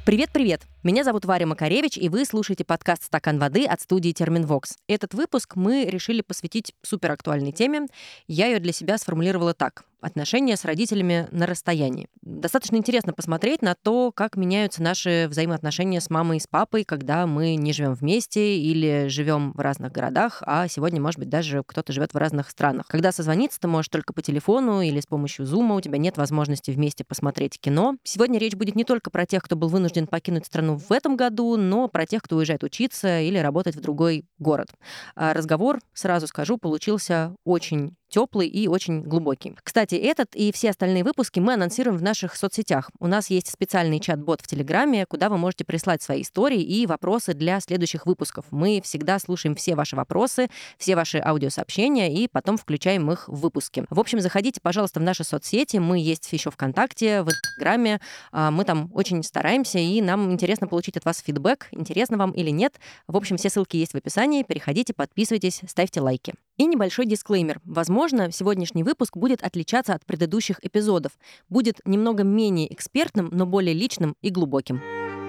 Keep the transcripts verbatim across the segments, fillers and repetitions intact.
Привет-привет! Меня зовут Варя Макаревич, и вы слушаете подкаст «Стакан воды» от студии Терминвокс. Этот выпуск мы решили посвятить суперактуальной теме. Я ее для себя сформулировала так. Отношения с родителями на расстоянии. Достаточно интересно посмотреть на то, как меняются наши взаимоотношения с мамой и с папой, когда мы не живем вместе или живем в разных городах, а сегодня, может быть, даже кто-то живет в разных странах. Когда созвониться ты можешь только по телефону или с помощью зума, у тебя нет возможности вместе посмотреть кино. Сегодня речь будет не только про тех, кто был вынужден покинуть страну в этом году, но про тех, кто уезжает учиться или работать в другой город. А разговор, сразу скажу, получился очень теплый и очень глубокий. Кстати, этот и все остальные выпуски мы анонсируем в наших соцсетях. У нас есть специальный чат-бот в Телеграме, куда вы можете прислать свои истории и вопросы для следующих выпусков. Мы всегда слушаем все ваши вопросы, все ваши аудиосообщения и потом включаем их в выпуски. В общем, заходите, пожалуйста, в наши соцсети. Мы есть еще ВКонтакте, в Инстаграме. Мы там очень стараемся, и нам интересно получить от вас фидбэк, интересно вам или нет. В общем, все ссылки есть в описании. Переходите, подписывайтесь, ставьте лайки. И небольшой дисклеймер. Возможно, сегодняшний выпуск будет отличаться от предыдущих эпизодов. Будет немного менее экспертным, но более личным и глубоким.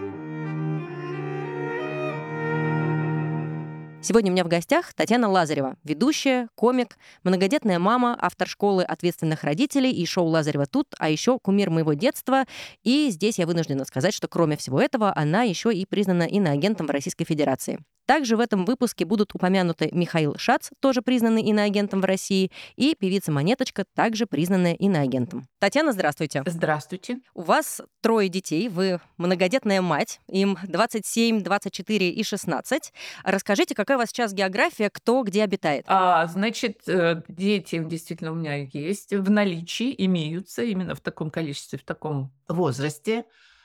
Сегодня у меня в гостях Татьяна Лазарева, ведущая, комик, многодетная мама, автор школы ответственных родителей и шоу «Лазарева тут», а еще кумир моего детства. И здесь я вынуждена сказать, что кроме всего этого она еще и признана иноагентом в Российской Федерации. Также в этом выпуске будут упомянуты Михаил Шац, тоже признанный иноагентом в России, и певица Монеточка, также признанная иноагентом. Татьяна, здравствуйте. Здравствуйте. У вас трое детей, вы многодетная мать, им двадцать семь, двадцать четыре и шестнадцать. Расскажите, какая у вас сейчас география, кто где обитает? А, значит, дети действительно у меня есть, в наличии имеются именно в таком количестве, в таком возрасте.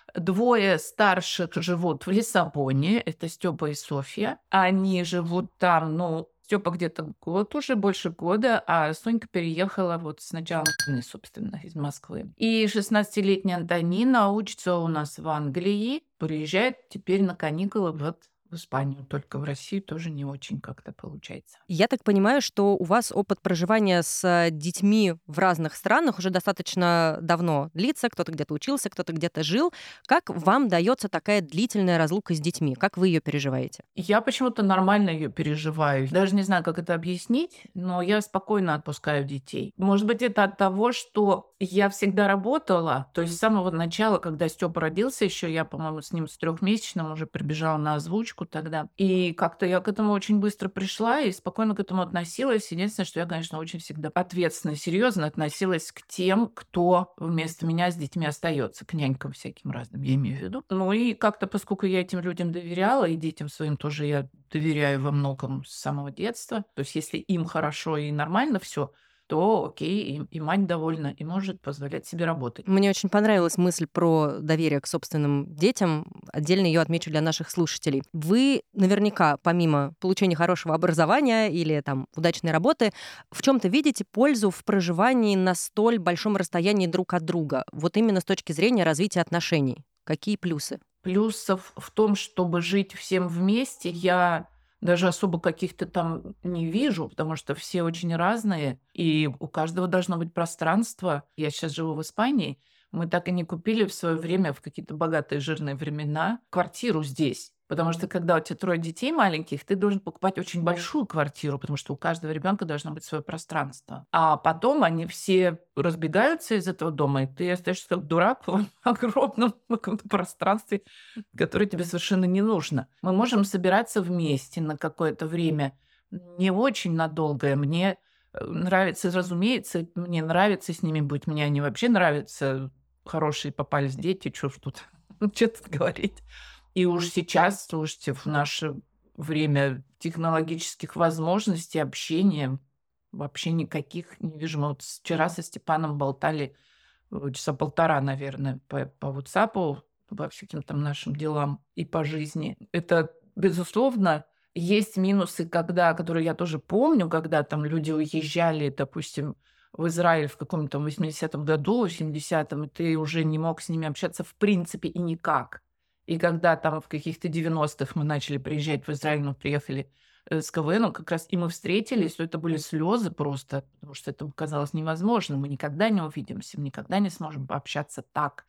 Двое старших живут в Лиссабоне, это Стёпа и Софья. Они живут там, ну, Стёпа где-то год уже, больше года, а Сонька переехала вот с начала войны, собственно, из Москвы. И шестнадцатилетняя Антонина учится у нас в Англии, приезжает теперь на каникулы вот в Испанию, только в Россию тоже не очень как-то получается. Я так понимаю, что у вас опыт проживания с детьми в разных странах уже достаточно давно длится, кто-то где-то учился, кто-то где-то жил. Как вам дается такая длительная разлука с детьми? Как вы ее переживаете? Я почему-то нормально ее переживаю. Даже не знаю, как это объяснить, но я спокойно отпускаю детей. Может быть, это от того, что я всегда работала, то есть с самого начала, когда Стёпа родился, еще я, по-моему, с ним с трехмесячным уже прибежала на озвучку тогда. И как-то я к этому очень быстро пришла и спокойно к этому относилась. Единственное, что я, конечно, очень всегда ответственно и серьезно относилась к тем, кто вместо меня с детьми остается, к нянькам всяким разным, я имею в виду. Ну и как-то, поскольку я этим людям доверяла, и детям своим тоже я доверяю во многом с самого детства, то есть если им хорошо и нормально все, то окей, и, и мать довольна, и может позволять себе работать. Мне очень понравилась мысль про доверие к собственным детям. Отдельно ее отмечу для наших слушателей. Вы наверняка, помимо получения хорошего образования или там удачной работы, в чем-то видите пользу в проживании на столь большом расстоянии друг от друга. Вот именно с точки зрения развития отношений. Какие плюсы? Плюсов в том, чтобы жить всем вместе, я даже особо каких-то там не вижу, потому что все очень разные, и у каждого должно быть пространство. Я сейчас живу в Испании. Мы так и не купили в свое время, в какие-то богатые жирные времена, квартиру здесь. Потому что когда у тебя трое детей маленьких, ты должен покупать очень большую квартиру, потому что у каждого ребенка должно быть свое пространство. А потом они все разбегаются из этого дома, и ты остаешься как дурак в огромном каком-то пространстве, которое тебе совершенно не нужно. Мы можем собираться вместе на какое-то время, не очень надолгое. Мне нравится, разумеется, мне нравится с ними быть, мне они вообще нравятся. Хорошие попались дети, что ж тут, что тут говорить. И уж сейчас, слушайте, в наше время технологических возможностей общения вообще никаких не вижу. Мы вот вчера со Степаном болтали часа полтора, наверное, по, по WhatsApp, по всяким там нашим делам и по жизни. Это, безусловно, есть минусы, когда, которые я тоже помню, когда там люди уезжали, допустим, в Израиль в каком-то восьмидесятом году, семидесятом, и ты уже не мог с ними общаться в принципе и никак. И когда там в каких-то девяностых мы начали приезжать в Израиль, мы приехали с КВНом, как раз и мы встретились, то это были слезы просто, потому что это казалось невозможным. Мы никогда не увидимся, мы никогда не сможем пообщаться так,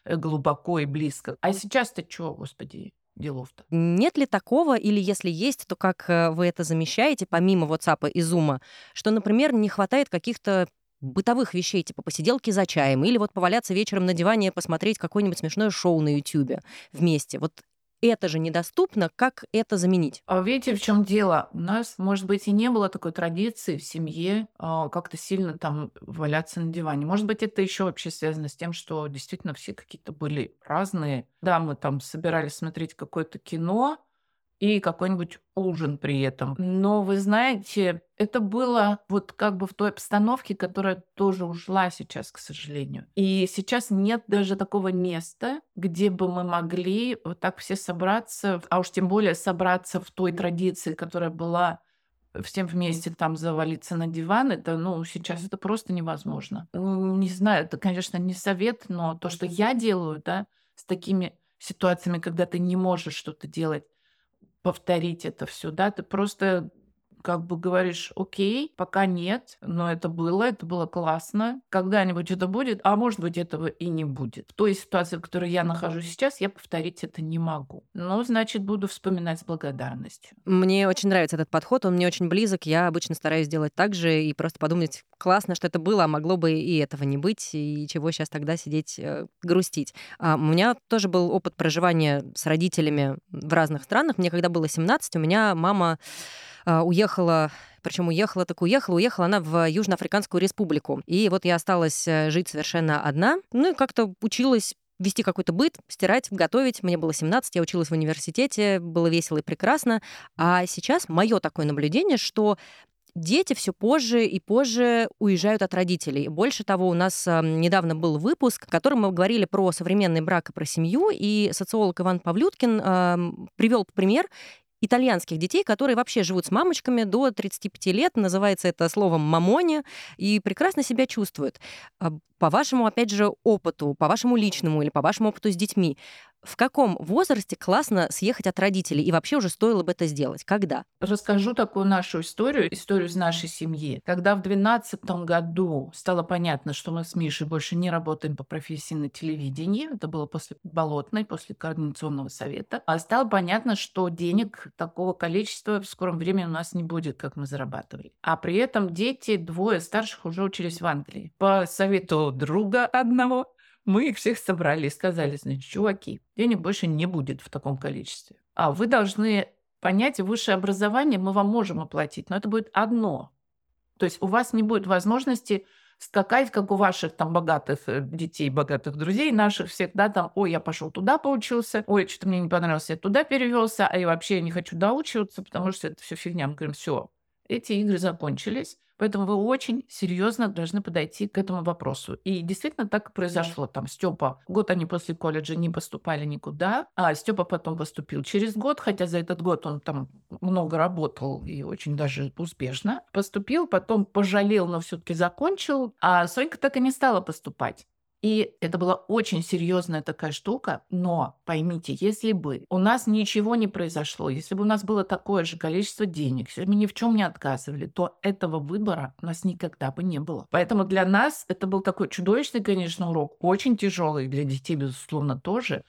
э, глубоко и близко. А сейчас-то чё, господи, делов-то? Нет ли такого, или если есть, то как э, вы это замещаете, помимо WhatsApp и Zoom, что, например, не хватает каких-то бытовых вещей, типа посиделки за чаем, или вот поваляться вечером на диване, посмотреть какое-нибудь смешное шоу на Ютубе вместе. Вот это же недоступно. Как это заменить? А видите, в чем дело? У нас, может быть, и не было такой традиции в семье а, как-то сильно там валяться на диване. Может быть, это еще вообще связано с тем, что действительно все какие-то были разные. Да, мы там собирались смотреть какое-то кино, и какой-нибудь ужин при этом. Но вы знаете, это было вот как бы в той обстановке, которая тоже ушла сейчас, к сожалению. И сейчас нет даже такого места, где бы мы могли вот так все собраться, а уж тем более собраться в той традиции, которая была всем вместе там завалиться на диван. Это, ну, сейчас это просто невозможно. М, Не знаю, это, конечно, не совет, но то, что я делаю, да, с такими ситуациями, когда ты не можешь что-то делать, повторить это все, да. Ты просто как бы говоришь: "Окей, пока нет, но это было, это было классно. Когда-нибудь это будет, а может быть, этого и не будет". В той ситуации, в которой я нахожусь сейчас, я повторить это не могу. Но, значит, буду вспоминать с благодарностью. Мне очень нравится этот подход, он мне очень близок. Я обычно стараюсь делать так же и просто подумать, классно, что это было, а могло бы и этого не быть, и чего сейчас тогда сидеть, э, грустить. А, у меня тоже был опыт проживания с родителями в разных странах. Мне когда было семнадцать, у меня мама а, уехала, причем уехала, так уехала, уехала она в Южноафриканскую республику. И вот я осталась э, жить совершенно одна, ну и как-то училась вести какой-то быт, стирать, готовить. Мне было семнадцать, я училась в университете, было весело и прекрасно. А сейчас мое такое наблюдение, что дети все позже и позже уезжают от родителей. Больше того, у нас а, недавно был выпуск, в котором мы говорили про современный брак и про семью, и социолог Иван Павлюткин привел пример итальянских детей, которые вообще живут с мамочками до тридцати пяти лет, называется это словом «мамоня», и прекрасно себя чувствуют. А По вашему, опять же, опыту, по вашему личному или по вашему опыту с детьми, в каком возрасте классно съехать от родителей? И вообще уже стоило бы это сделать? Когда? Расскажу такую нашу историю, историю из нашей семьи. Когда в двенадцатом году стало понятно, что мы с Мишей больше не работаем по профессии на телевидении, это было после Болотной, после Координационного совета, а стало понятно, что денег такого количества в скором времени у нас не будет, как мы зарабатывали. А при этом дети, двое старших, уже учились в Англии. По совету друга одного мы их всех собрали и сказали: значит, чуваки, денег больше не будет в таком количестве. А вы должны понять, высшее образование мы вам можем оплатить, но это будет одно. То есть у вас не будет возможности скакать, как у ваших там богатых э, детей, богатых друзей наших всех, да, там: ой, я пошел туда поучился, ой, что-то мне не понравилось, я туда перевелся, а я вообще не хочу доучиваться, потому что это все фигня. Мы говорим: все, эти игры закончились, поэтому вы очень серьезно должны подойти к этому вопросу. И действительно так и произошло. Там Степа, год они после колледжа не поступали никуда, а Степа потом поступил через год, хотя за этот год он там много работал и очень даже успешно поступил, потом пожалел, но все-таки закончил, а Сонька так и не стала поступать. И это была очень серьезная такая штука, но поймите, если бы у нас ничего не произошло, если бы у нас было такое же количество денег, если бы мы ни в чем не отказывали, то этого выбора у нас никогда бы не было. Поэтому для нас это был такой чудовищный, конечно, урок, очень тяжелый, для детей, безусловно, тоже.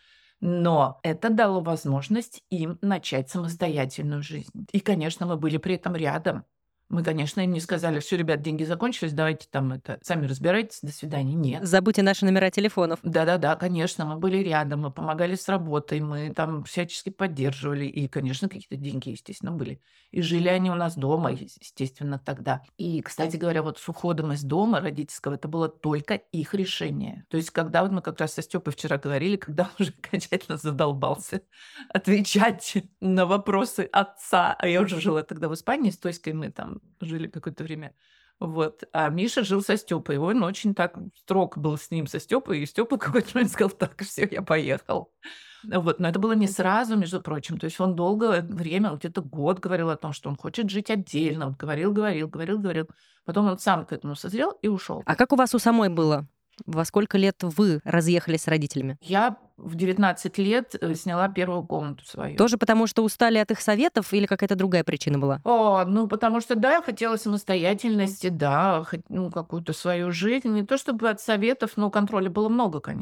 Но это дало возможность им начать самостоятельную жизнь. И, конечно, мы были при этом рядом. Мы, конечно, им не сказали: все, ребят, деньги закончились, давайте там это, сами разбирайтесь, до свидания. Нет. Забудьте наши номера телефонов. Да-да-да, конечно, мы были рядом, мы помогали с работой, мы там всячески поддерживали. И, конечно, какие-то деньги, естественно, были. И жили они у нас дома, естественно, тогда. И, кстати говоря, вот с уходом из дома родительского это было только их решение. То есть, когда вот мы как раз со Стёпой вчера говорили, когда он уже окончательно задолбался отвечать на вопросы отца, а я уже жила тогда в Испании, с Тоськой мы там жили какое-то время. Вот. А Миша жил со Стёпой. И он очень так строг был с ним, со Стёпой. И Стёпа в какой-то момент сказал: так, все, я поехал. Вот. Но это было не сразу, между прочим. То есть он долгое время, где-то год говорил о том, что он хочет жить отдельно. Вот говорил, говорил, говорил, говорил. Потом он сам к этому созрел и ушел. А как у вас у самой было? Во сколько лет вы разъехались с родителями? Я в девятнадцать лет э, сняла первую комнату свою. Тоже потому, что устали от их советов или какая-то другая причина была? О, ну, потому что, да, я хотела самостоятельности, да, хот- ну, какую-то свою жизнь. Не то чтобы от советов, но контроля было много, конечно.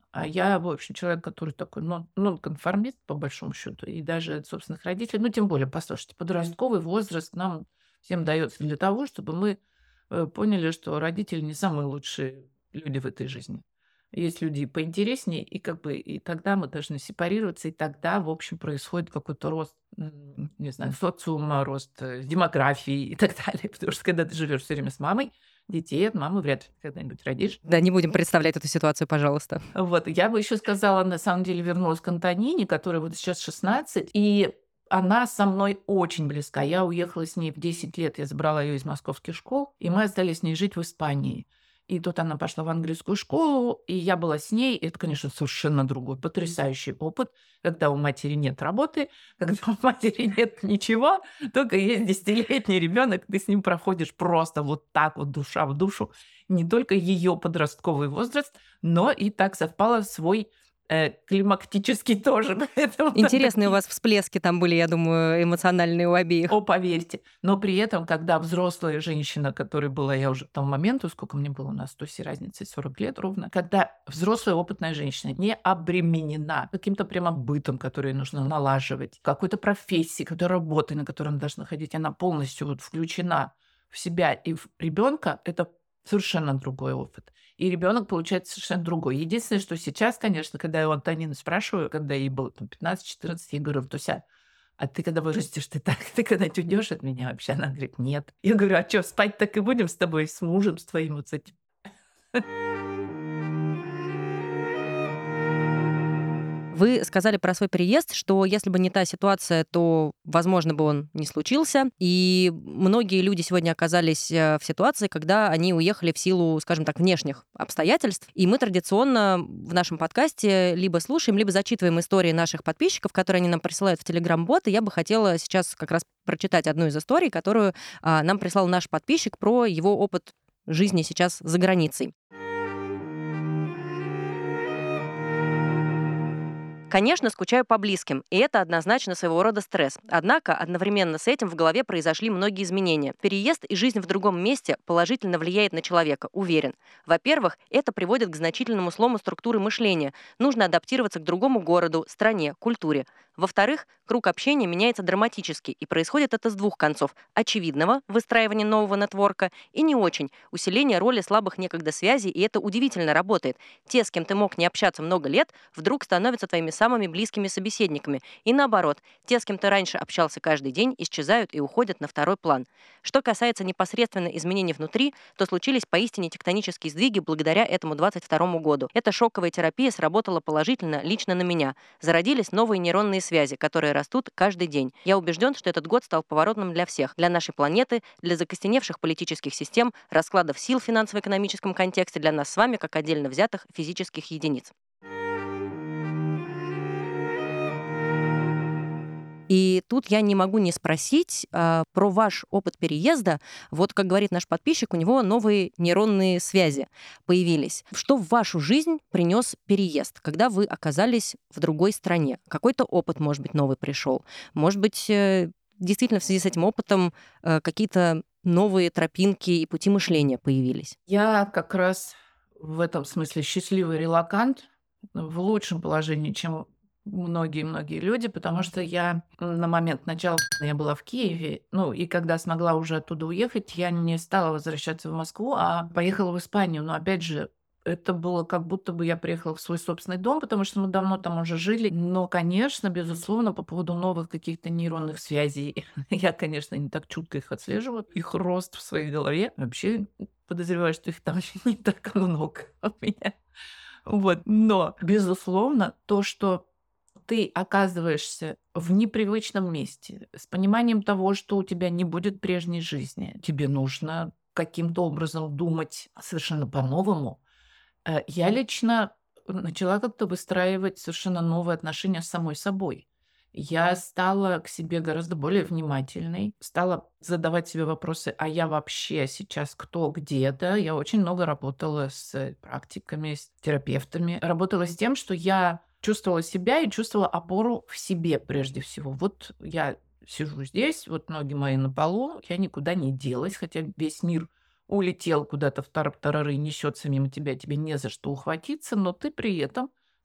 А я, в общем, человек, который такой нон нонконформист, по большому счету, и даже от собственных родителей. Ну, тем более, послушайте, подростковый возраст нам всем дается для того, чтобы мы, э, поняли, что родители не самые лучшие люди в этой жизни. Есть люди поинтереснее, и как бы и тогда мы должны сепарироваться, и тогда, в общем, происходит какой-то рост, м, не знаю, социума, рост, э, демографии и так далее. Потому что когда ты живешь все время с мамой, детей от мамы вряд ли когда-нибудь родишь. Да, не будем представлять эту ситуацию, пожалуйста. Вот, я бы еще сказала, на самом деле, вернулась к Антонине, которой вот сейчас шестнадцать, и она со мной очень близка. Я уехала с ней в десять лет, я забрала ее из московских школ, и мы остались с ней жить в Испании. И тут она пошла в английскую школу, и я была с ней. Это, конечно, совершенно другой, потрясающий опыт, когда у матери нет работы, когда у матери нет ничего, только есть десятилетний ребенок, ты с ним проходишь просто вот так вот, душа в душу. Не только ее подростковый возраст, но и так совпало свой э, климактический тоже. Поэтому Интересные у такие- вас всплески там были, я думаю, эмоциональные у обеих. О, поверьте. Но при этом, когда взрослая женщина, которой была я уже к тому моменту, сколько мне было у нас, то есть разница сорок лет ровно, когда взрослая опытная женщина не обременена каким-то прямо бытом, который нужно налаживать, какой-то профессией, какой-то работой, на которой она должна ходить, она полностью вот включена в себя и в ребенка, это совершенно другой опыт. И ребенок получается совершенно другой. Единственное, что сейчас, конечно, когда я у Антонины спрашиваю, когда ей было там, пятнадцать-четырнадцать, я говорю: Туся, а ты когда вырастешь, ты так, ты когда-нибудь уйдешь от меня вообще? Она говорит: нет. Я говорю: а что, спать так и будем с тобой, с мужем, с твоим вот с этим? Вы сказали про свой переезд, что если бы не та ситуация, то, возможно, бы он не случился. И многие люди сегодня оказались э, в ситуации, когда они уехали в силу, скажем так, внешних обстоятельств. И мы традиционно в нашем подкасте либо слушаем, либо зачитываем истории наших подписчиков, которые они нам присылают в Телеграм-бот. И я бы хотела сейчас как раз прочитать одну из историй, которую а, нам прислал наш подписчик про его опыт жизни сейчас за границей. Конечно, скучаю по близким, и это однозначно своего рода стресс. Однако одновременно с этим в голове произошли многие изменения. Переезд и жизнь в другом месте положительно влияет на человека, уверен. Во-первых, это приводит к значительному слому структуры мышления. Нужно адаптироваться к другому городу, стране, культуре. Во-вторых, круг общения меняется драматически, и происходит это с двух концов. Очевидного – выстраивания нового нетворка, и не очень – усиление роли слабых некогда связей, и это удивительно работает. Те, с кем ты мог не общаться много лет, вдруг становятся твоими самыми близкими собеседниками. И наоборот, те, с кем ты раньше общался каждый день, исчезают и уходят на второй план. Что касается непосредственно изменений внутри, то случились поистине тектонические сдвиги благодаря этому двадцать второму году. Эта шоковая терапия сработала положительно лично на меня. Зародились новые нейронные связи, которые растут каждый день. Я убежден, что этот год стал поворотным для всех, для нашей планеты, для закостеневших политических систем, раскладов сил в финансово-экономическом контексте, для нас с вами, как отдельно взятых физических единиц. И тут я не могу не спросить а, про ваш опыт переезда. Вот, как говорит наш подписчик, у него новые нейронные связи появились. Что в вашу жизнь принес переезд, когда вы оказались в другой стране? Какой-то опыт, может быть, новый пришел? Может быть, э, действительно в связи с этим опытом э, какие-то новые тропинки и пути мышления появились? Я как раз в этом смысле счастливый релокант, в лучшем положении, чем многие-многие люди, потому что я на момент начала я была в Киеве, ну и когда смогла уже оттуда уехать, я не стала возвращаться в Москву, а поехала в Испанию. Но опять же, это было как будто бы я приехала в свой собственный дом, потому что мы давно там уже жили. Но, конечно, безусловно, по поводу новых каких-то нейронных связей, я, конечно, не так чутко их отслеживаю. Их рост в своей голове, вообще подозреваю, что их там не так много у меня. Вот. Но, безусловно, то, что ты оказываешься в непривычном месте, с пониманием того, что у тебя не будет прежней жизни, тебе нужно каким-то образом думать совершенно по-новому. Э, Я лично начала как-то выстраивать совершенно новые отношения с самой собой. Я стала к себе гораздо более внимательной, стала задавать себе вопросы, а я вообще сейчас кто, где, да? Я очень много работала с практиками, с терапевтами, работала с тем, что я чувствовала себя и чувствовала опору в себе прежде всего. Вот я сижу здесь, вот ноги мои на полу, я никуда не делась, хотя весь мир улетел куда-то в тар- тарары, несется мимо тебя, тебе не за что ухватиться, но ты при этом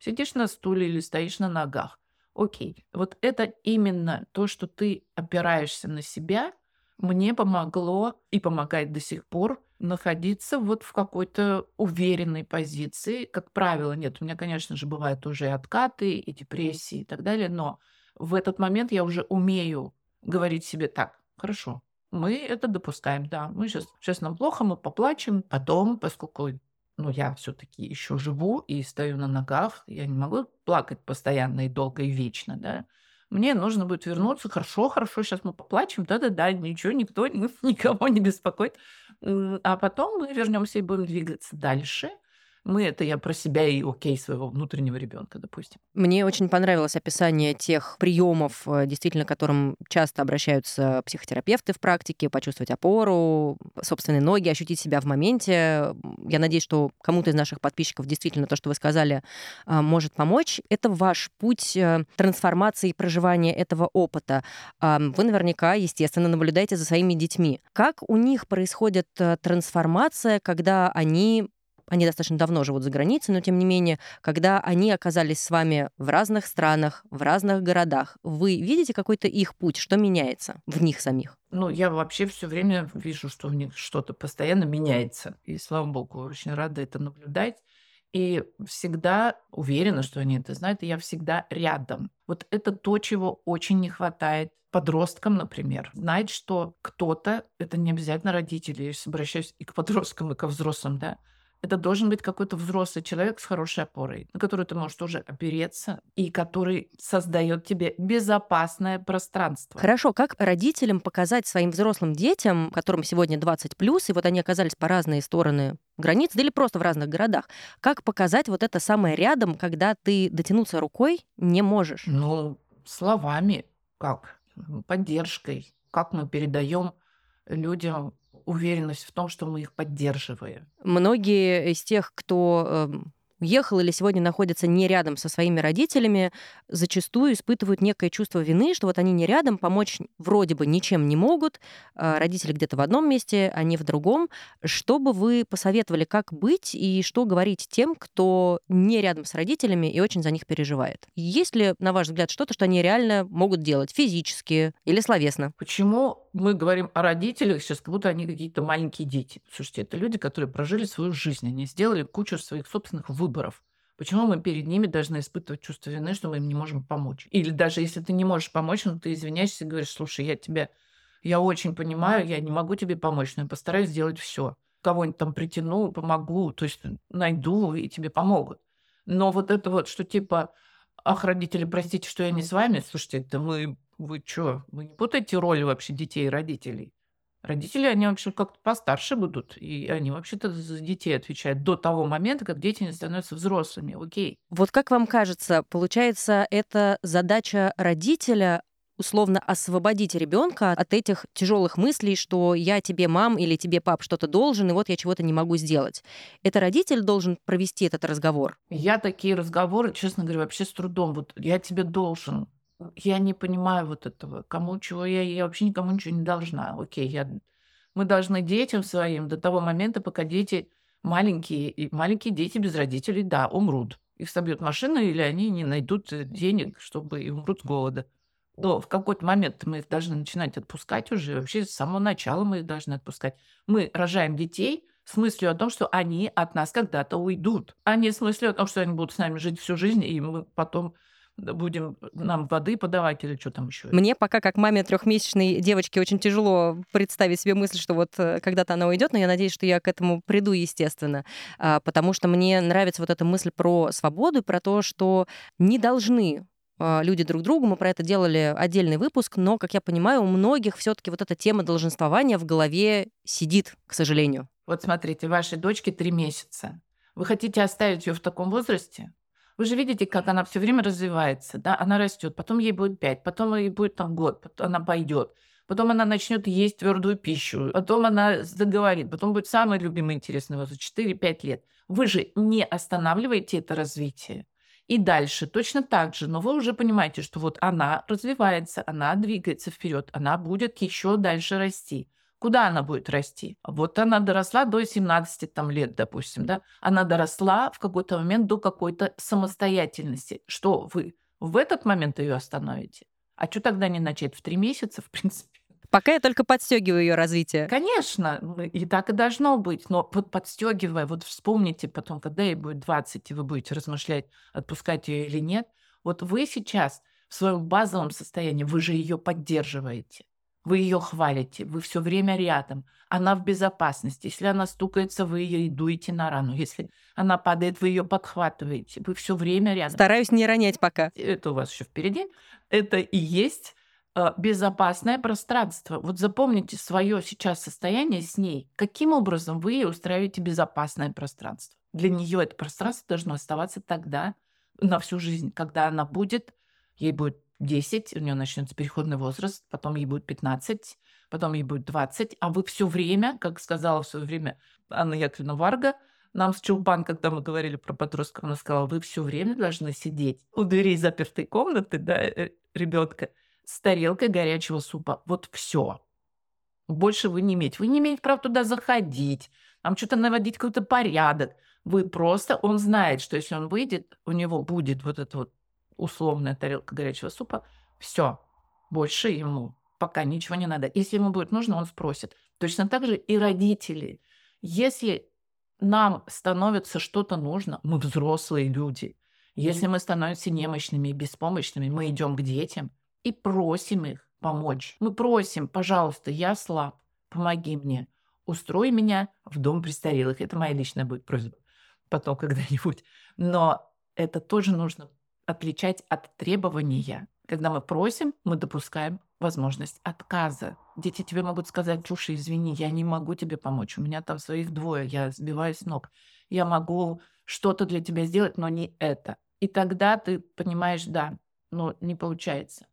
Сидишь на стуле или стоишь на ногах. Окей. Вот это именно то, что ты опираешься на себя, мне помогло и помогает до сих пор находиться вот в какой-то уверенной позиции. Как правило, нет, у меня, конечно же, бывают уже и откаты, и депрессии и так далее, но в этот момент я уже умею говорить себе так: хорошо, мы это допускаем, да, мы сейчас, сейчас нам плохо, мы поплачем, потом, поскольку ну, я все-таки еще живу и стою на ногах, я не могу плакать постоянно и долго и вечно, да. Мне нужно будет вернуться. Хорошо, хорошо, сейчас мы поплачем, да-да-да, ничего, никто ни- никого не беспокоит. М, А потом мы вернемся и будем двигаться дальше. Мы это я про себя и окей своего внутреннего ребенка, допустим. Мне очень понравилось описание тех приемов, э, действительно, к которым часто обращаются психотерапевты в практике: почувствовать опору, собственные ноги, ощутить себя в моменте. М, Я надеюсь, что кому-то из наших подписчиков действительно то, что вы сказали, а, может помочь. Это ваш путь э, трансформации и проживания этого опыта. А, Вы наверняка, естественно, наблюдаете за своими детьми. Как у них происходит э, трансформация, когда они они достаточно давно живут за границей, но тем не менее, когда они оказались с вами в разных странах, в разных городах, вы видите какой-то их путь, что меняется в них самих? Ну, я вообще все время вижу, что в них что-то постоянно меняется. И, слава богу, очень рада это наблюдать. И всегда уверена, что они это знают, и я всегда рядом. Вот это то, чего очень не хватает подросткам, например. Знать, что кто-то, это не обязательно родители, я сейчас обращаюсь и к подросткам, и ко взрослым, да, это должен быть какой-то взрослый человек с хорошей опорой, на который ты можешь тоже опереться, и который создает тебе безопасное пространство. Хорошо, как родителям показать своим взрослым детям, которым сегодня двадцать плюс, и вот они оказались по разные стороны границ, да или просто в разных городах, как показать вот это самое рядом, когда ты дотянуться рукой не можешь? Ну, словами, как М, поддержкой, как мы передаем людям уверенность в том, что мы их поддерживаем. Многие из тех, кто эм, уехал или сегодня находится не рядом со своими родителями, зачастую испытывают некое чувство вины, что вот они не рядом, помочь вроде бы ничем не могут, а родители где-то в одном месте, они в другом. Что бы вы посоветовали, как быть и что говорить тем, кто не рядом с родителями и очень за них переживает? Есть ли, на ваш взгляд, что-то, что они реально могут делать физически или словесно? Почему мы говорим о родителях сейчас, как будто они какие-то маленькие дети? Слушайте, это люди, которые прожили свою жизнь, они сделали кучу своих собственных выборов. Почему мы перед ними должны испытывать чувство вины, что мы им не можем помочь? Или даже если ты не можешь помочь, но ты извиняешься и говоришь: слушай, я тебя, я очень понимаю, я не могу тебе помочь, но я постараюсь сделать все. Кого-нибудь там притяну, помогу, то есть найду и тебе помогут. Но вот это вот, что типа: ах, родители, простите, что я не с вами. Слушайте, это мы вы чё? Вы не путаете роли вообще детей и родителей? Родители, они вообще как-то постарше будут, и они вообще-то за детей отвечают до того момента, как дети не становятся взрослыми. Окей. Вот как вам кажется, получается, это задача родителя условно освободить ребенка от этих тяжелых мыслей, что я тебе, мам, или тебе, пап, что-то должен, и вот я чего-то не могу сделать. Это родитель должен провести этот разговор. Я такие разговоры, честно говоря, вообще с трудом. Вот я тебе должен. Я не понимаю вот этого. Кому чего я, я вообще никому ничего не должна. Окей, я, мы должны детям своим до того момента, пока дети маленькие, и маленькие дети без родителей, да, умрут. Их собьет машина, или они не найдут э, денег, чтобы и умрут с голода. Но в какой-то момент мы их должны начинать отпускать уже. Вообще с самого начала мы их должны отпускать. Мы рожаем детей с мыслью о том, что они от нас когда-то уйдут, а не с мыслью о том, что они будут с нами жить всю жизнь, и мы потом будем нам воды подавать или что там еще. Мне пока, как маме трехмесячной девочки, очень тяжело представить себе мысль, что вот э, когда-то она уйдет, но я надеюсь, что я к этому приду, естественно. А, потому что мне нравится вот эта мысль про свободу и про то, что не должны а, люди друг другу. Мы про это делали отдельный выпуск, но, как я понимаю, у многих все-таки вот эта тема долженствования в голове сидит, к сожалению. Вот смотрите, вашей дочке три месяца. Вы хотите оставить ее в таком возрасте? Вы же видите, как она все время развивается, да? Она растет, потом ей будет пять, потом ей будет там год, потом она пойдет, потом она начнет есть твердую пищу, потом она заговорит, потом будет самый любимый интересный возраст четыре-пять лет. Вы же не останавливаете это развитие. И дальше точно так же, но вы уже понимаете, что вот она развивается, она двигается вперед, она будет еще дальше расти. Куда она будет расти? Вот она доросла до семнадцати там, лет, допустим, да? Она доросла в какой-то момент до какой-то самостоятельности. Что вы в этот момент ее остановите? А что тогда не начать в три месяца, в принципе? Пока я только подстегиваю ее развитие. Конечно, ну, и так и должно быть. Но вот подстегивая, вот вспомните потом, когда ей будет двадцать, и вы будете размышлять, отпускать ее или нет. Вот вы сейчас в своем базовом состоянии, вы же ее поддерживаете. Вы ее хвалите, вы все время рядом. Она в безопасности. Если она стукается, вы ее дуете на рану. Если она падает, вы ее подхватываете. Вы все время рядом. Стараюсь не ронять пока. Это у вас еще впереди. Это и есть э, безопасное пространство. Вот запомните свое сейчас состояние с ней. Каким образом вы ей устраиваете безопасное пространство? Для нее это пространство должно оставаться тогда, на всю жизнь, когда она будет, ей будет десять, у нее начнется переходный возраст, потом ей будет пятнадцать, потом ей будет двадцать, а вы все время, как сказала в свое время Анна Яковлевна Варга, нам с Чулпан, когда мы говорили про подростков, она сказала, вы все время должны сидеть у дверей запертой комнаты, да, ребенка, с тарелкой горячего супа. Вот все. Больше вы не имеете. Вы не имеете права туда заходить, там что-то наводить какой-то порядок. Вы просто, он знает, что если он выйдет, у него будет вот эта вот условная тарелка горячего супа. Все. Больше ему пока ничего не надо. Если ему будет нужно, он спросит. Точно так же и родители. Если нам становится что-то нужно, мы взрослые люди. Если мы становимся немощными и беспомощными, мы идем к детям и просим их помочь. Мы просим, пожалуйста, я слаб, помоги мне, устрой меня в дом престарелых. Это моя личная будет просьба потом когда-нибудь. Но это тоже нужно отличать от требования. Когда мы просим, мы допускаем возможность отказа. Дети тебе могут сказать, Чуша, извини, я не могу тебе помочь. У меня там своих двое, я сбиваюсь с ног. Я могу что-то для тебя сделать, но не это. И тогда ты понимаешь, да, но не получается.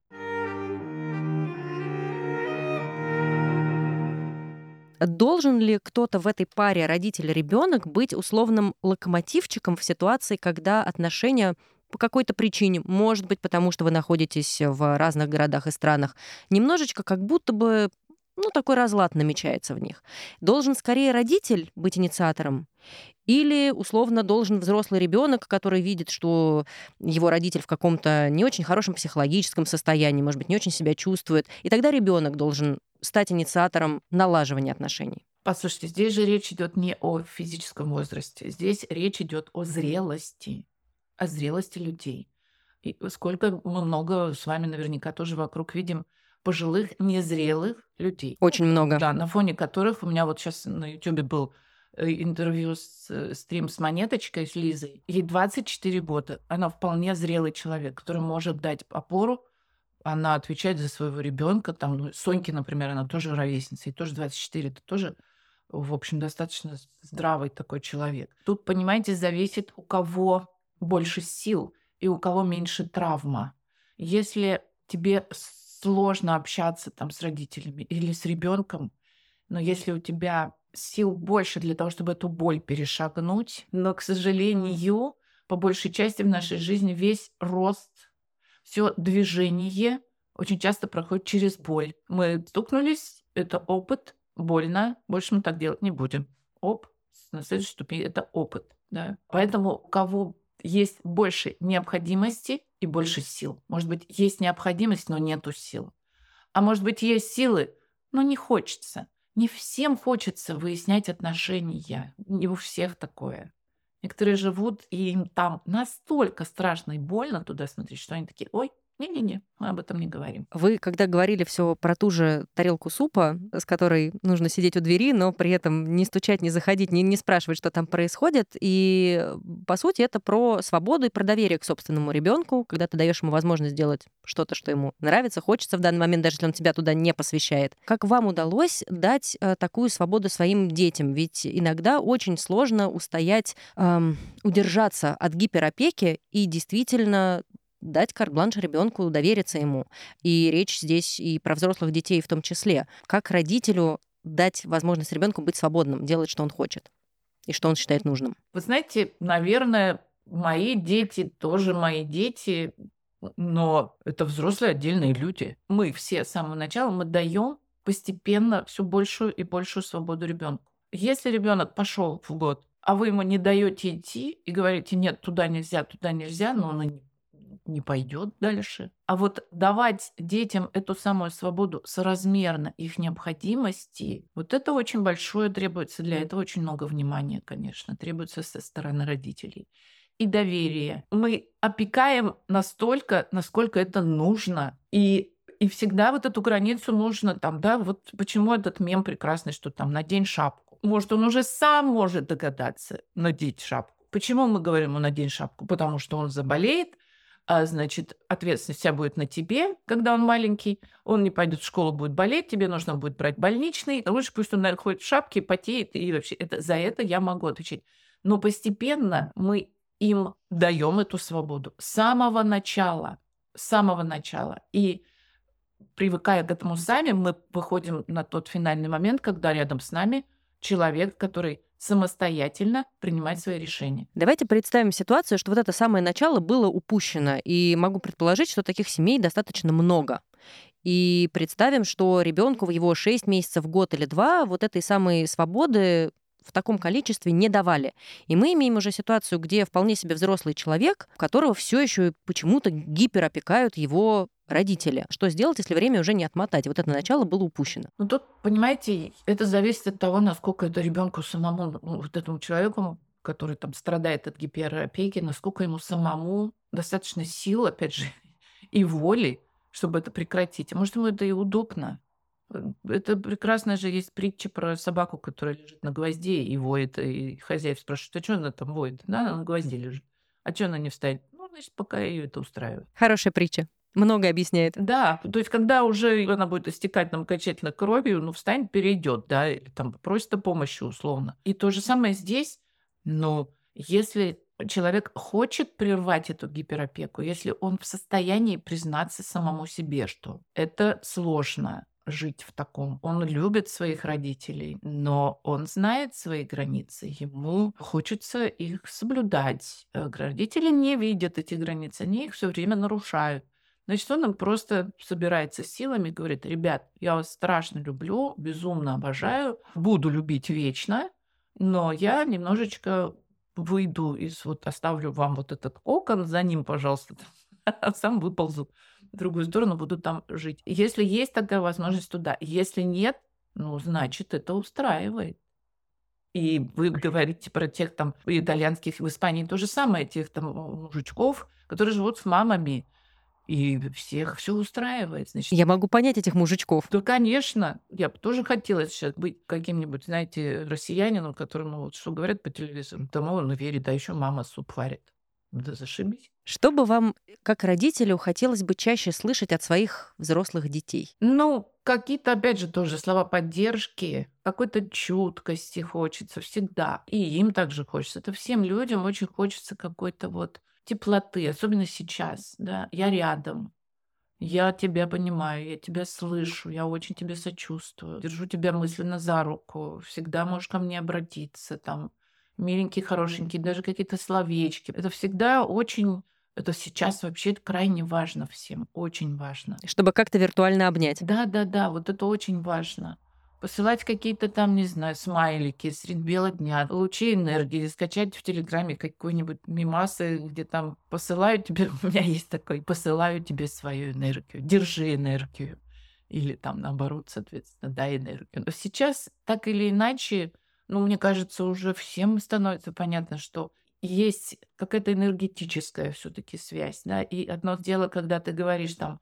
Должен ли кто-то в этой паре родитель-ребенок быть условным локомотивчиком в ситуации, когда отношения по какой-то причине, может быть, потому что вы находитесь в разных городах и странах, немножечко как будто бы, ну, такой разлад намечается в них. Должен скорее родитель быть инициатором или, условно, должен взрослый ребенок, который видит, что его родитель в каком-то не очень хорошем психологическом состоянии, может быть, не очень себя чувствует, и тогда ребенок должен стать инициатором налаживания отношений? Послушайте, здесь же речь идет не о физическом возрасте, здесь речь идет о зрелости, о зрелости людей. И сколько мы много с вами наверняка тоже вокруг видим пожилых, незрелых людей. Очень много. Да, на фоне которых у меня вот сейчас на Ютубе был интервью, с, стрим с Монеточкой, с Лизой. Ей двадцать четыре года. Она вполне зрелый человек, который может дать опору. Она отвечает за своего ребенка. Там, ну, Соньке, например, она тоже ровесница, и тоже двадцать четыре. Это тоже, в общем, достаточно здравый такой человек. Тут, понимаете, зависит, у кого больше сил и у кого меньше травма. Если тебе сложно общаться там с родителями или с ребенком, но если у тебя сил больше для того, чтобы эту боль перешагнуть, но, к сожалению, по большей части в нашей жизни весь рост, все движение очень часто проходит через боль. Мы стукнулись, это опыт, больно, больше мы так делать не будем. Оп, на следующей ступени это опыт. Да? Поэтому у кого есть больше необходимости и больше сил. Может быть, есть необходимость, но нету сил. А может быть, есть силы, но не хочется. Не всем хочется выяснять отношения. Не у всех такое. Некоторые живут, и им там настолько страшно и больно туда смотреть, что они такие, ой, не-не-не, мы об этом не говорим. Вы, когда говорили все про ту же тарелку супа, с которой нужно сидеть у двери, но при этом не стучать, не заходить, не, не спрашивать, что там происходит. И, по сути, это про свободу и про доверие к собственному ребенку, когда ты даешь ему возможность сделать что-то, что ему нравится, хочется в данный момент, даже если он тебя туда не посвящает. Как вам удалось дать э, такую свободу своим детям? Ведь иногда очень сложно устоять, эм, удержаться от гиперопеки и действительно дать карт-бланш ребенку, довериться ему. И речь здесь и про взрослых детей в том числе. Как родителю дать возможность ребенку быть свободным, делать, что он хочет и что он считает нужным? Вы знаете, наверное, мои дети тоже мои дети, но это взрослые отдельные люди. Мы все с самого начала мы даем постепенно все большую и большую свободу ребенку. Если ребенок пошел в год, а вы ему не даете идти и говорите: нет, туда нельзя, туда нельзя, но он и не не пойдет дальше. А вот давать детям эту самую свободу соразмерно их необходимости, вот это очень большое требуется. Для этого очень много внимания, конечно, требуется со стороны родителей. И доверие. Мы опекаем настолько, насколько это нужно. И и всегда вот эту границу нужно там, да, вот почему этот мем прекрасный, что там надень шапку. Может, он уже сам может догадаться надеть шапку. Почему мы говорим ему надень шапку? Потому что он заболеет, а, значит, ответственность вся будет на тебе, когда он маленький. Он не пойдет в школу, будет болеть, тебе нужно будет брать больничный. Лучше пусть он, наверное, ходит в шапке, потеет, и вообще это, за это я могу отвечать. Но постепенно мы им даем эту свободу с самого начала. С самого начала. И привыкая к этому сами, мы выходим на тот финальный момент, когда рядом с нами человек, который самостоятельно принимает свои решения. Давайте представим ситуацию, что вот это самое начало было упущено, и могу предположить, что таких семей достаточно много. И представим, что ребенку в его шесть месяцев, год или два вот этой самой свободы в таком количестве не давали. И мы имеем уже ситуацию, где вполне себе взрослый человек, которого все еще почему-то гиперопекают его родители. Что сделать, если время уже не отмотать? Вот это начало было упущено. Ну тут, понимаете, это зависит от того, насколько это ребенку самому, ну, вот этому человеку, который там страдает от гиперопеки, насколько ему самому достаточно сил, опять же, и воли, чтобы это прекратить. А может, ему это и удобно. Э, Это прекрасная же есть притча про собаку, которая лежит на гвозде и воет, и хозяин спрашивает: а что она там воет? Да, она на гвозде лежит. А что она не встанет? Ну, значит, пока ее это устраивает. Хорошая притча. Много объясняет. Да, то есть когда уже она будет истекать там окончательно кровью, ну, встанет, перейдет, да, или там попросит о помощи условно. И то же самое здесь, но если человек хочет прервать эту гиперопеку, если он в состоянии признаться самому себе, что это сложно жить в таком. Он любит своих родителей, но он знает свои границы. Ему хочется их соблюдать. Э, Родители не видят эти границы, они их все время нарушают. Значит, он им просто собирается силами и говорит: ребят, я вас страшно люблю, безумно обожаю, буду любить вечно, но я немножечко выйду из, вот оставлю вам вот этот кокон, за ним, пожалуйста, а сам выползу в другую сторону, буду там жить. Если есть такая возможность, то да. Если нет, ну, значит, это устраивает. И вы говорите про тех там итальянских, в Испании то же самое, тех там мужичков, которые живут с мамами, и всех все устраивает, значит. Я могу понять этих мужичков. Да, конечно, я бы тоже хотела сейчас быть каким-нибудь, знаете, россиянином, которому вот что говорят по телевизору, тому он верит, а еще мама суп варит. Да зашибись. Что бы вам, как родителю, хотелось бы чаще слышать от своих взрослых детей? Ну, какие-то, опять же, тоже слова поддержки, какой-то чуткости хочется всегда. И им также хочется. Это всем людям очень хочется какой-то вот теплоты, особенно сейчас, да. Я рядом, я тебя понимаю, я тебя слышу, я очень тебе сочувствую, держу тебя мысленно за руку, всегда можешь ко мне обратиться, там, миленький, хорошенький, даже какие-то словечки. Это всегда очень, это сейчас вообще крайне важно всем, очень важно. Чтобы как-то виртуально обнять. Да-да-да, вот это очень важно. Посылать какие-то там, не знаю, смайлики средь бела дня, лучи энергии, скачать в Телеграме какой-нибудь мимасы, где там посылаю тебе, у меня есть такой, посылаю тебе свою энергию, держи энергию. Или там наоборот, соответственно, дай энергию. Но сейчас так или иначе, ну, мне кажется, уже всем становится понятно, что есть какая-то энергетическая все-таки связь, да, и одно дело, когда ты говоришь там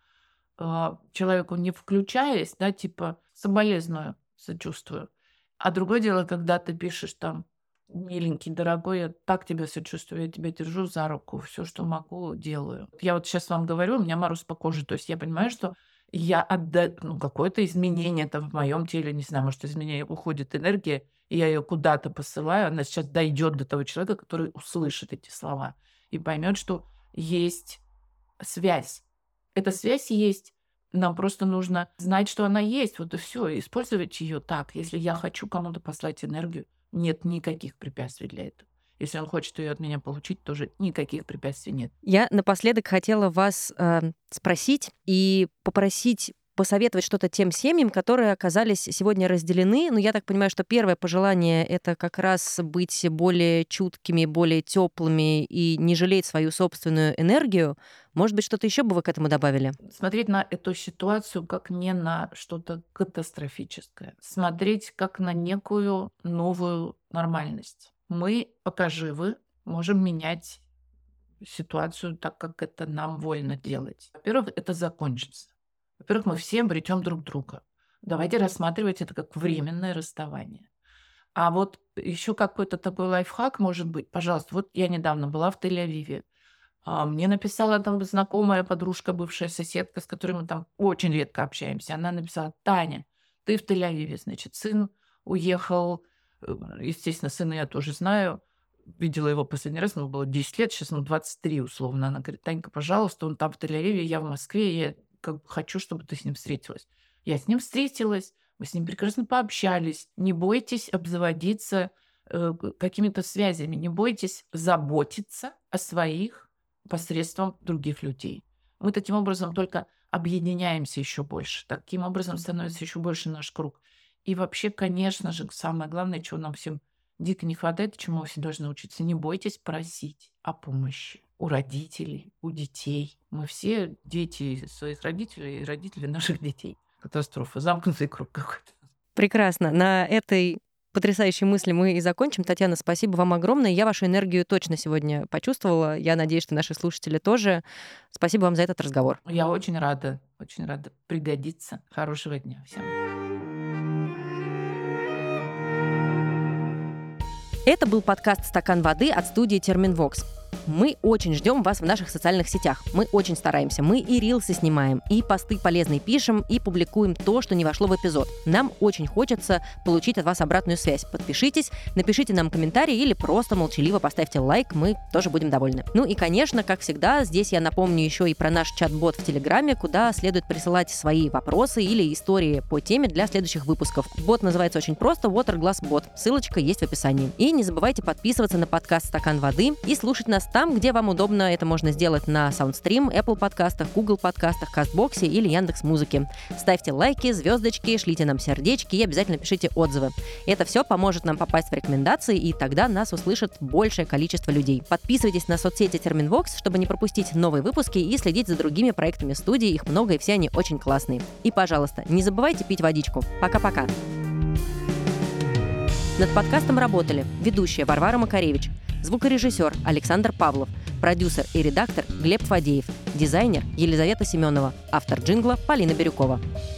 а, человеку, не включаясь, да, типа соболезную, сочувствую. А другое дело, когда ты пишешь там: миленький, дорогой, я так тебе сочувствую, я тебя держу за руку, все, что могу, делаю. Я вот сейчас вам говорю, у меня мороз по коже, то есть я понимаю, что я отда... ну, какое-то изменение там в моем теле, не знаю, может, из меня уходит энергия, и я ее куда-то посылаю, она сейчас дойдет до того человека, который услышит эти слова и поймет, что есть связь. Эта связь есть. Нам просто нужно знать, что она есть. Вот и все. Использовать ее так. Если я хочу кому-то послать энергию, нет никаких препятствий для этого. Если он хочет ее от меня получить, тоже никаких препятствий нет. Я напоследок хотела вас э, спросить и попросить посоветовать что-то тем семьям, которые оказались сегодня разделены. Ну, я так понимаю, что первое пожелание — это как раз быть более чуткими, более теплыми и не жалеть свою собственную энергию. Может быть, что-то еще бы вы к этому добавили? Смотреть на эту ситуацию как не на что-то катастрофическое. Смотреть как на некую новую нормальность. Мы, пока живы, можем менять ситуацию так, как это нам вольно делать. Во-первых, это закончится. Во-первых, мы все обретем друг друга. Давайте рассматривать это как временное расставание. А вот еще какой-то такой лайфхак может быть. Пожалуйста, вот я недавно была в Тель-Авиве. А, Мне написала там знакомая подружка, бывшая соседка, с которой мы там очень редко общаемся. Она написала: Таня, ты в Тель-Авиве, значит, сын уехал. Э, Естественно, сына я тоже знаю. Видела его последний раз, ему было десять лет, сейчас ему двадцать три условно. Она говорит: Танька, пожалуйста, он там в Тель-Авиве, я в Москве, я как бы хочу, чтобы ты с ним встретилась. Я с ним встретилась, мы с ним прекрасно пообщались. Не бойтесь обзаводиться э, г- какими-то связями, не бойтесь заботиться о своих посредством других людей. Мы таким образом только объединяемся еще больше. Таким образом становится еще больше наш круг. И вообще, конечно же, самое главное, чего нам всем дико не хватает, чему мы все должны учиться: не бойтесь просить о помощи у родителей, у детей. Мы все дети своих родителей и родители наших детей. Катастрофа, замкнутый круг какой-то. Прекрасно. На этой потрясающей мысли мы и закончим. Татьяна, спасибо вам огромное. Я вашу энергию точно сегодня почувствовала. Я надеюсь, что наши слушатели тоже. Спасибо вам за этот разговор. Я очень рада, очень рада пригодиться. Хорошего дня всем. Это был подкаст «Стакан воды» от студии Терминвокс. Мы очень ждем вас в наших социальных сетях. Мы очень стараемся. Мы и рилсы снимаем, и посты полезные пишем, и публикуем то, что не вошло в эпизод. Нам очень хочется получить от вас обратную связь. Подпишитесь, напишите нам комментарий или просто молчаливо поставьте лайк, мы тоже будем довольны. Ну и, конечно, как всегда, здесь я напомню еще и про наш чат-бот в Телеграме, куда следует присылать свои вопросы или истории по теме для следующих выпусков. Бот называется очень просто — Waterglass Bot. Ссылочка есть в описании. И не забывайте подписываться на подкаст «Стакан воды» и слушать нас там, где вам удобно. Это можно сделать на Soundstream, Apple подкастах, Google подкастах, Кастбоксе или Яндекс.Музыке. Ставьте лайки, звездочки, шлите нам сердечки и обязательно пишите отзывы. Это все поможет нам попасть в рекомендации, и тогда нас услышит большее количество людей. Подписывайтесь на соцсети Терминвокс, чтобы не пропустить новые выпуски и следить за другими проектами студии. Их много, и все они очень классные. И, пожалуйста, не забывайте пить водичку. Пока-пока. Над подкастом работали ведущая Варвара Макаревич, звукорежиссер Александр Павлов, продюсер и редактор Глеб Фадеев, дизайнер Елизавета Семенова, автор джингла Полина Бирюкова.